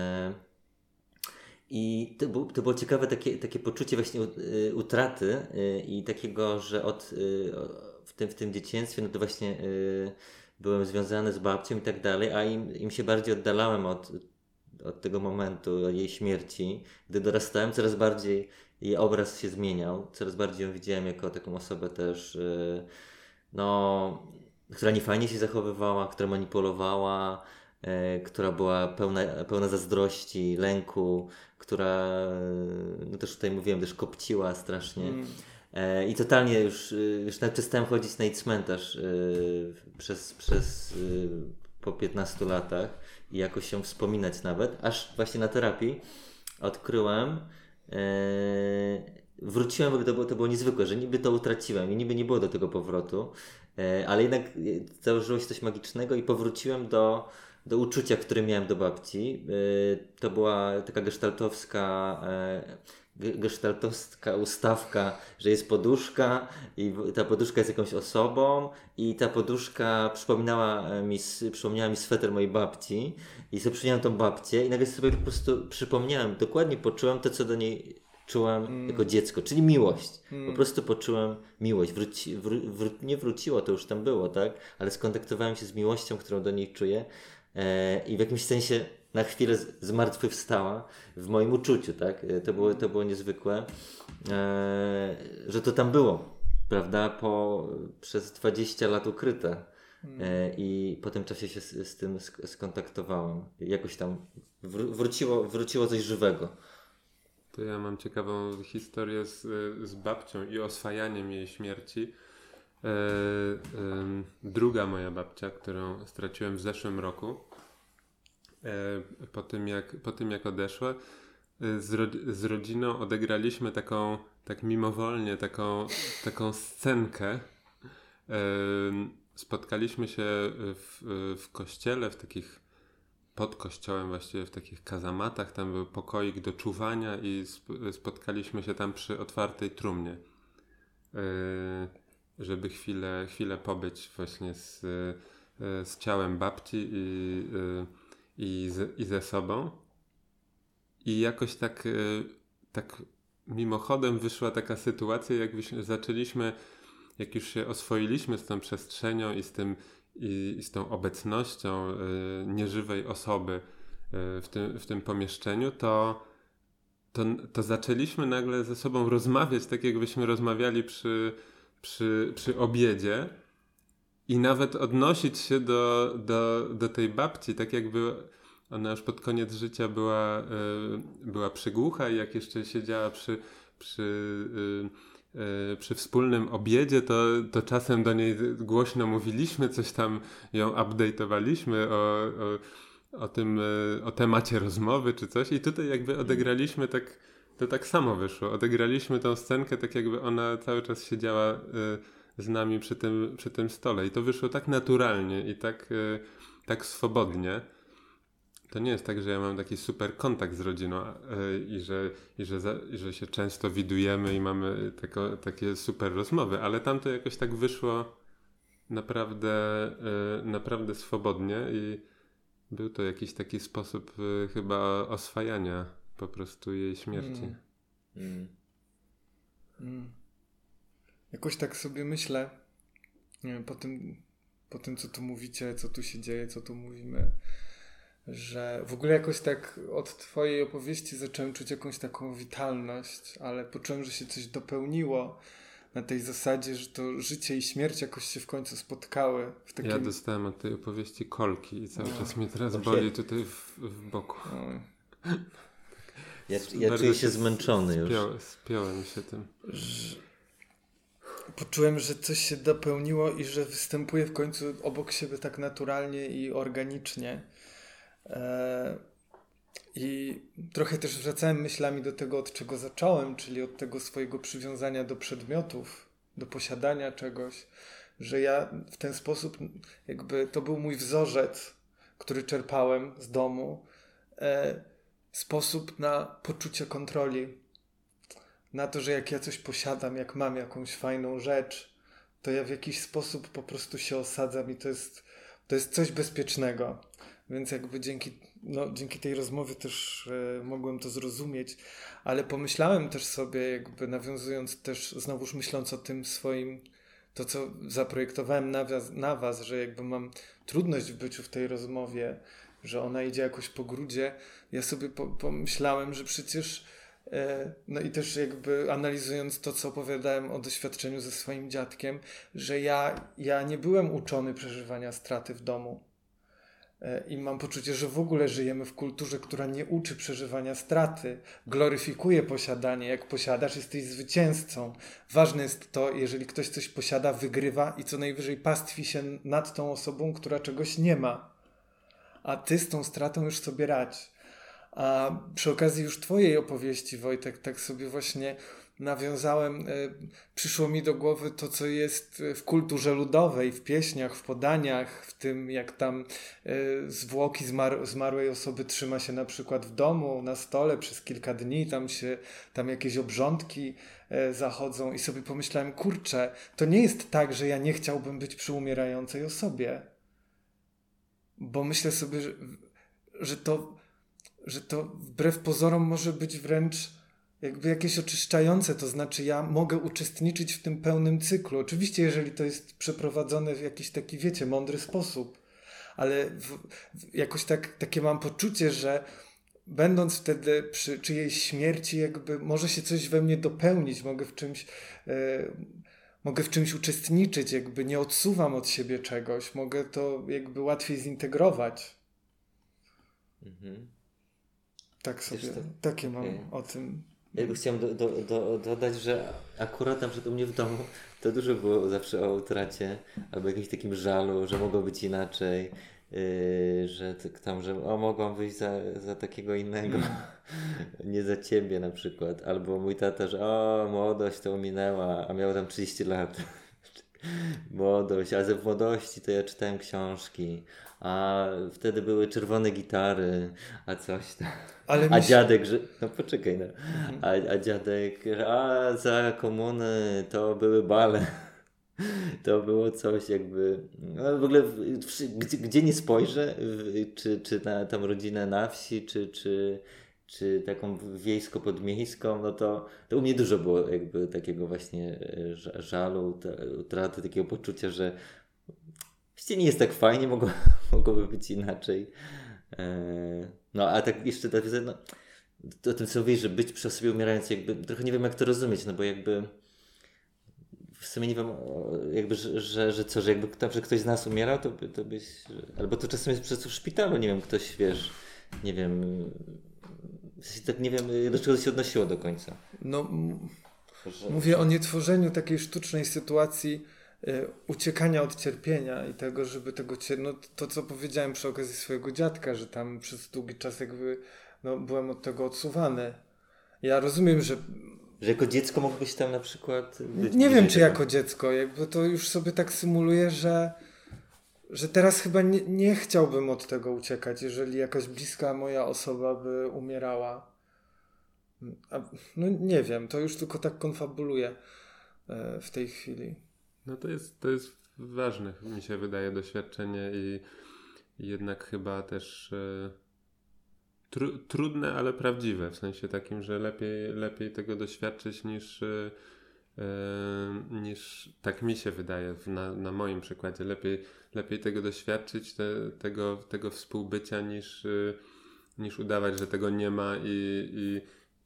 I to było ciekawe takie poczucie właśnie utraty i takiego, że w tym dzieciństwie, no to właśnie byłem związany z babcią i tak dalej, a im się bardziej oddalałem od tego momentu, jej śmierci, gdy dorastałem, coraz bardziej jej obraz się zmieniał, coraz bardziej ją widziałem jako taką osobę też no, która niefajnie się zachowywała, która manipulowała, która była pełna zazdrości, lęku, która, no też tutaj mówiłem, też kopciła strasznie. I totalnie już nawet przestałem chodzić na jej cmentarz przez po 15 latach i jakoś się wspominać nawet, aż właśnie na terapii odkryłem, wróciłem, bo to było niezwykłe, że niby to utraciłem i niby nie było do tego powrotu, ale jednak założyło się coś magicznego i powróciłem do uczucia, które miałem do babci. To była taka gestaltowska ustawka, że jest poduszka i ta poduszka jest jakąś osobą i ta poduszka przypomniała mi sweter mojej babci i sobie przypomniałem tą babcię i nagle sobie po prostu przypomniałem, dokładnie poczułem to, co do niej czułem jako dziecko, czyli miłość. Po prostu poczułem miłość. Nie wróciło, to już tam było, tak? Ale skontaktowałem się z miłością, którą do niej czuję i w jakimś sensie na chwilę zmartwychwstała w moim uczuciu, tak? To było niezwykłe, że to tam było, prawda? Przez 20 lat ukryte. I po tym czasie się z tym skontaktowałem. Jakoś tam wróciło coś żywego. To ja mam ciekawą historię z babcią i oswajaniem jej śmierci. Druga moja babcia, którą straciłem w zeszłym roku, po tym jak odeszła, z rodziną odegraliśmy tak mimowolnie taką scenkę. Spotkaliśmy się w kościele, pod kościołem właściwie, w takich kazamatach. Tam był pokoik do czuwania i spotkaliśmy się tam przy otwartej trumnie, żeby chwilę pobyć właśnie z ciałem babci i ze sobą. I jakoś tak mimochodem wyszła taka sytuacja, jakbyśmy zaczęliśmy jak już się oswoiliśmy z tą przestrzenią i z tą obecnością nieżywej osoby w tym pomieszczeniu, to zaczęliśmy nagle ze sobą rozmawiać, tak jakbyśmy rozmawiali przy obiedzie i nawet odnosić się do tej babci, tak jakby ona już pod koniec życia była przygłucha i jak jeszcze siedziała przy wspólnym obiedzie, to czasem do niej głośno mówiliśmy, coś tam ją update'owaliśmy o temacie rozmowy czy coś i tutaj jakby odegraliśmy to tak samo wyszło. Odegraliśmy tą scenkę tak jakby ona cały czas siedziała z nami przy tym stole i to wyszło tak naturalnie i tak swobodnie. To nie jest tak, że ja mam taki super kontakt z rodziną i że się często widujemy i mamy takie super rozmowy, ale tam to jakoś tak wyszło naprawdę swobodnie i był to jakiś taki sposób chyba oswajania po prostu jej śmierci. Jakoś tak sobie myślę, nie wiem, po tym co tu mówicie, co tu się dzieje, co tu mówimy, że w ogóle jakoś tak od twojej opowieści zacząłem czuć jakąś taką witalność, ale poczułem, że się coś dopełniło na tej zasadzie, że to życie i śmierć jakoś się w końcu spotkały. Ja dostałem od tej opowieści kolki i cały czas mnie teraz boli tutaj w boku. Ja czuję się zmęczony już. Spiąłem się tym. Poczułem, że coś się dopełniło i że występuje w końcu obok siebie tak naturalnie i organicznie. I trochę też wracałem myślami do tego, od czego zacząłem, czyli od tego swojego przywiązania do przedmiotów, do posiadania czegoś, że ja w ten sposób, jakby to był mój wzorzec, który czerpałem z domu, sposób na poczucie kontroli, na to, że jak ja coś posiadam, jak mam jakąś fajną rzecz, to ja w jakiś sposób po prostu się osadzam i to jest coś bezpiecznego. Więc jakby dzięki tej rozmowie też mogłem to zrozumieć, ale pomyślałem też sobie, jakby nawiązując też, znowuż myśląc o tym swoim, to co zaprojektowałem na was, że jakby mam trudność w byciu w tej rozmowie, że ona idzie jakoś po grudzie, ja sobie pomyślałem, że przecież no i też jakby analizując to, co opowiadałem o doświadczeniu ze swoim dziadkiem, że ja nie byłem uczony przeżywania straty w domu. I mam poczucie, że w ogóle żyjemy w kulturze, która nie uczy przeżywania straty, gloryfikuje posiadanie. Jak posiadasz, jesteś zwycięzcą. Ważne jest to, jeżeli ktoś coś posiada, wygrywa i co najwyżej pastwi się nad tą osobą, która czegoś nie ma. A ty z tą stratą już sobie radź. A przy okazji już twojej opowieści, Wojtek, tak sobie właśnie nawiązałem, przyszło mi do głowy to, co jest w kulturze ludowej, w pieśniach, w podaniach, w tym jak tam zwłoki zmarłej osoby trzyma się na przykład w domu, na stole przez kilka dni, tam jakieś obrządki zachodzą i sobie pomyślałem, kurczę, to nie jest tak, że ja nie chciałbym być przy umierającej osobie, bo myślę sobie, że to wbrew pozorom może być wręcz jakby jakieś oczyszczające, to znaczy ja mogę uczestniczyć w tym pełnym cyklu. Oczywiście, jeżeli to jest przeprowadzone w jakiś taki, wiecie, mądry sposób, ale jakoś takie mam poczucie, że będąc wtedy przy czyjejś śmierci jakby może się coś we mnie dopełnić, mogę w czymś uczestniczyć, jakby nie odsuwam od siebie czegoś, mogę to jakby łatwiej zintegrować. Tak sobie, takie mam o tym. Ja chciałem dodać, że akurat na przykład u mnie w domu to dużo było zawsze o utracie albo jakimś takim żalu, że mogło być inaczej, że mogłam wyjść za takiego innego, nie za ciebie na przykład, albo mój tata, że młodość to minęła, a miał tam 30 lat. Młodość, ale w młodości to ja czytałem książki, a wtedy były czerwone gitary, a coś tam. A dziadek, że... No poczekaj, no. A dziadek, że za komuny to były bale. To było coś jakby... No w ogóle gdzie nie spojrzę, czy na tą rodzinę na wsi, czy taką wiejsko-podmiejską, no to u mnie dużo było jakby takiego właśnie żalu, utraty takiego poczucia, że właściwie nie jest tak fajnie, mogłoby być inaczej. No a tak jeszcze no, o tym co mówisz, że być przy osobie umierającej, jakby trochę nie wiem jak to rozumieć, no bo jakby w sumie nie wiem, jakby, że co, że jakby że ktoś z nas umierał, to byś, albo to czasem jest po prostu w szpitalu, nie wiem, ktoś, wiesz, nie wiem, w sensie tak nie wiem, do czego to się odnosiło do końca. No, mówię o nietworzeniu takiej sztucznej sytuacji uciekania od cierpienia i tego, żeby tego no to co powiedziałem przy okazji swojego dziadka, że tam przez długi czas jakby byłem od tego odsuwany. Ja rozumiem, że jako dziecko mógłbyś tam na przykład nie wiem, czy jako dziecko, jakby to już sobie tak symuluję, że teraz chyba nie chciałbym od tego uciekać, jeżeli jakaś bliska moja osoba by umierała. No nie wiem, to już tylko tak konfabuluję w tej chwili. No to jest ważne, mi się wydaje, doświadczenie i jednak chyba też trudne, ale prawdziwe, w sensie takim, że lepiej tego doświadczyć niż tak mi się wydaje, na moim przykładzie, lepiej tego doświadczyć, tego współbycia niż udawać, że tego nie ma i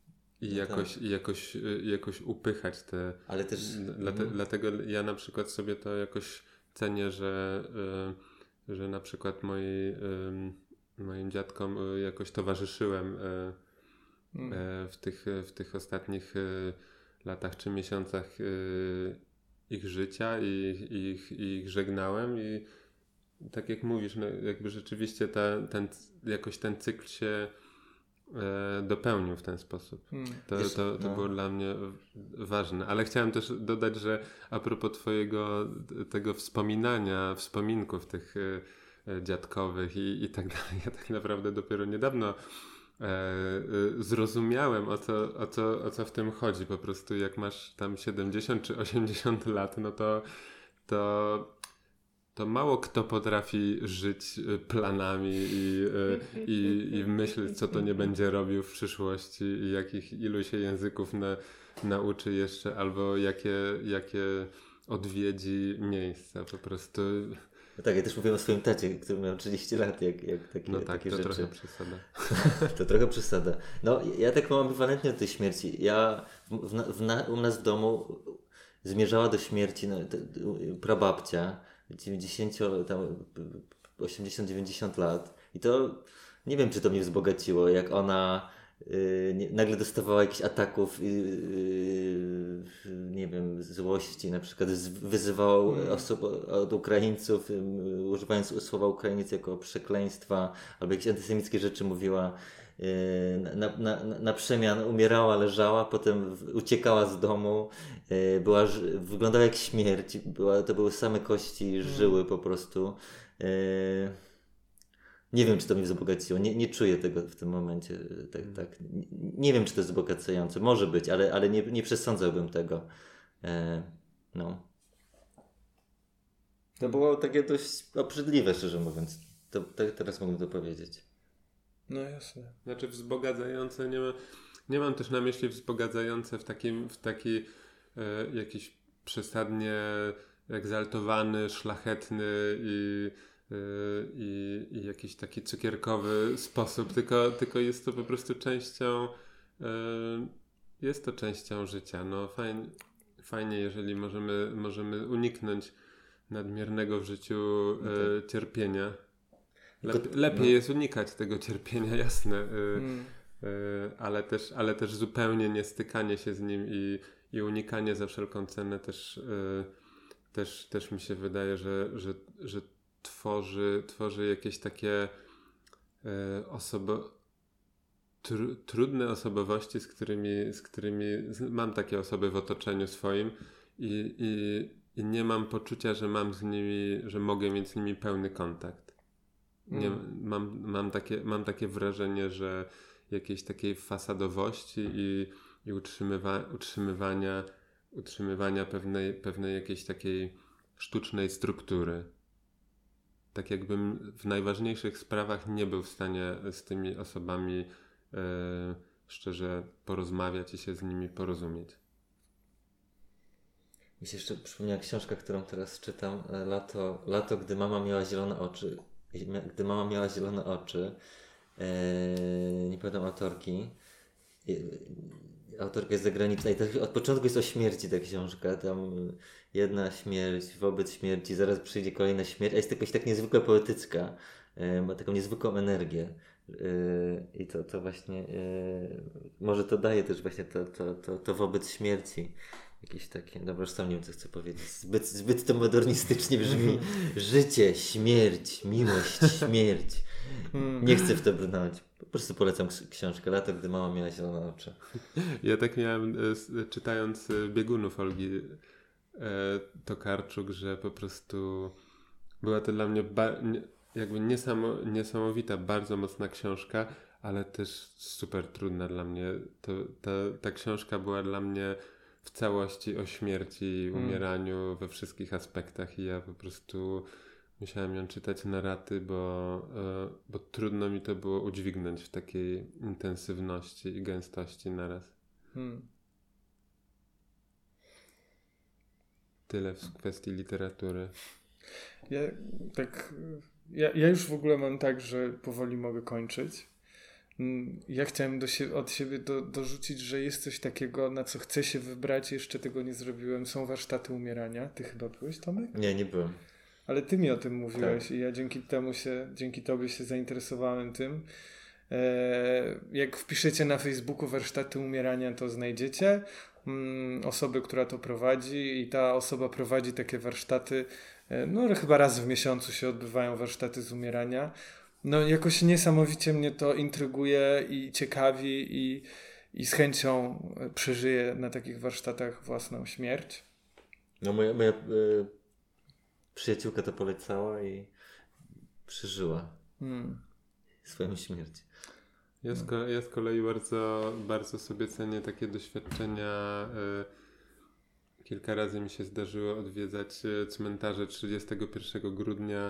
jakoś upychać te... Ale też... Dlatego ja na przykład sobie to jakoś cenię, że na przykład moim dziadkom jakoś towarzyszyłem w tych ostatnich latach czy miesiącach ich życia i ich żegnałem i tak jak mówisz, no jakby rzeczywiście jakoś ten cykl się dopełnił w ten sposób. To było dla mnie ważne. Ale chciałem też dodać, że a propos twojego tego wspominków tych dziadkowych i tak dalej, ja tak naprawdę dopiero niedawno zrozumiałem o co w tym chodzi. Po prostu jak masz tam 70 czy 80 lat, no to mało kto potrafi żyć planami i myśleć, co to nie będzie robił w przyszłości i ilu się języków nauczy jeszcze, albo jakie odwiedzi miejsca po prostu. No tak, ja też mówiłem o swoim tacie, który miał 30 lat, jak takie to rzeczy. Trochę przesada. To trochę przesada. No, ja tak mam ambiwalentnie do tej śmierci. U nas w domu zmierzała do śmierci prababcia, 80-90 lat. I to nie wiem, czy to mnie wzbogaciło, jak ona nagle dostawała jakichś ataków, nie wiem, złości, na przykład wyzywała osób od Ukraińców, używając słowa Ukrainiec jako przekleństwa, albo jakieś antysemickie rzeczy mówiła. Na przemian umierała, leżała, potem uciekała z domu, wyglądała jak śmierć, to były same kości, żyły po prostu. Nie wiem, czy to mnie wzbogaciło, nie czuję tego w tym momencie. Tak. Nie wiem, czy to jest wzbogacające, może być, ale nie przesądzałbym tego. No. To było takie dość obrzydliwe, szczerze mówiąc. Teraz mogę to powiedzieć. No jasne. Znaczy wzbogacające, nie mam też na myśli wzbogacające w taki jakiś przesadnie egzaltowany, szlachetny i jakiś taki cukierkowy sposób, tylko jest to po prostu częścią życia. No fajnie, jeżeli możemy uniknąć nadmiernego w życiu cierpienia. Lepiej jest unikać tego cierpienia, jasne, ale też zupełnie nie stykanie się z nim i unikanie za wszelką cenę też mi się wydaje, że tworzy jakieś takie trudne osobowości, z którymi mam takie osoby w otoczeniu swoim i nie mam poczucia, że że mogę mieć z nimi pełny kontakt. Nie, mam takie wrażenie, że jakiejś takiej fasadowości i utrzymywania pewnej jakiejś takiej sztucznej struktury. Tak jakbym w najważniejszych sprawach nie był w stanie z tymi osobami szczerze porozmawiać i się z nimi porozumieć. Mi się jeszcze przypomniała książka, którą teraz czytam. Lato, gdy mama miała zielone oczy. Gdy mama miała zielone oczy. Nie pamiętam autorki. Autorka jest zagraniczna i od początku jest o śmierci ta książka. Tam jedna śmierć, wobec śmierci, zaraz przyjdzie kolejna śmierć, a jest jakoś tak niezwykle poetycka. Ma taką niezwykłą energię. I to właśnie może to daje też właśnie to wobec śmierci. Jakieś takie, dobra, już sam nie wiem, co chcę powiedzieć. Zbyt to modernistycznie brzmi. Życie, śmierć, miłość, śmierć. Nie chcę w to brnąć. Po prostu polecam książkę Lato, gdy mama miała zielone oczy. Ja tak miałem, czytając Biegunów Olgi Tokarczuk, że po prostu była to dla mnie jakby niesamowita, bardzo mocna książka, ale też super trudna dla mnie. Ta książka była dla mnie w całości o śmierci, umieraniu we wszystkich aspektach i ja po prostu musiałem ją czytać na raty, bo trudno mi to było udźwignąć w takiej intensywności i gęstości naraz. Tyle w kwestii literatury. Ja już w ogóle mam tak, że powoli mogę kończyć. Ja chciałem od siebie dorzucić, że jest coś takiego, na co chcę się wybrać, jeszcze tego nie zrobiłem. Są warsztaty umierania. Ty chyba byłeś, Tomek? Nie byłem. Ale ty mi o tym mówiłeś tak. I ja dzięki tobie się zainteresowałem tym. Jak wpiszecie na Facebooku warsztaty umierania, to znajdziecie osobę, która to prowadzi i ta osoba prowadzi takie warsztaty, no chyba raz w miesiącu się odbywają warsztaty z umierania. No jakoś niesamowicie mnie to intryguje i ciekawi i z chęcią przeżyję na takich warsztatach własną śmierć. No moja przyjaciółka to polecała i przeżyła swoją śmierć. Ja z kolei bardzo, bardzo sobie cenię takie doświadczenia. Kilka razy mi się zdarzyło odwiedzać cmentarze 31 grudnia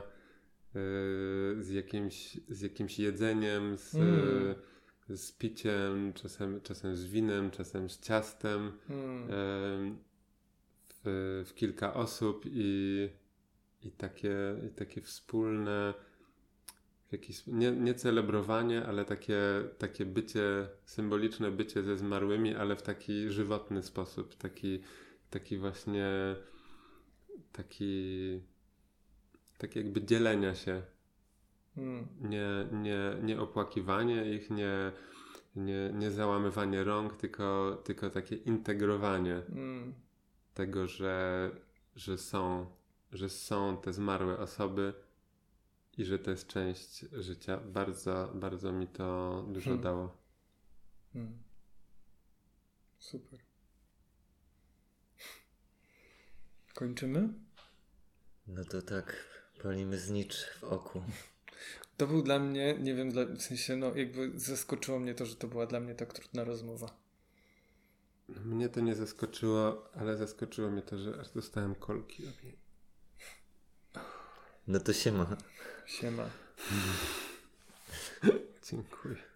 z jakimś jedzeniem, z piciem, czasem z winem, czasem z ciastem, w kilka osób i takie wspólne jakieś nie celebrowanie, ale takie bycie, symboliczne bycie ze zmarłymi, ale w taki żywotny sposób, taki właśnie taki jakby dzielenia się. Nie opłakiwanie ich, nie załamywanie rąk, tylko takie integrowanie tego, że są te zmarłe osoby i że to jest część życia. Bardzo, bardzo mi to dużo dało. Super. Kończymy? No to tak, palimy znicz w oku. To był dla mnie, nie wiem, w sensie, no jakby zaskoczyło mnie to, że to była dla mnie tak trudna rozmowa. Mnie to nie zaskoczyło, ale zaskoczyło mnie to, że aż dostałem kolki. No to siema. Siema. Dziękuję.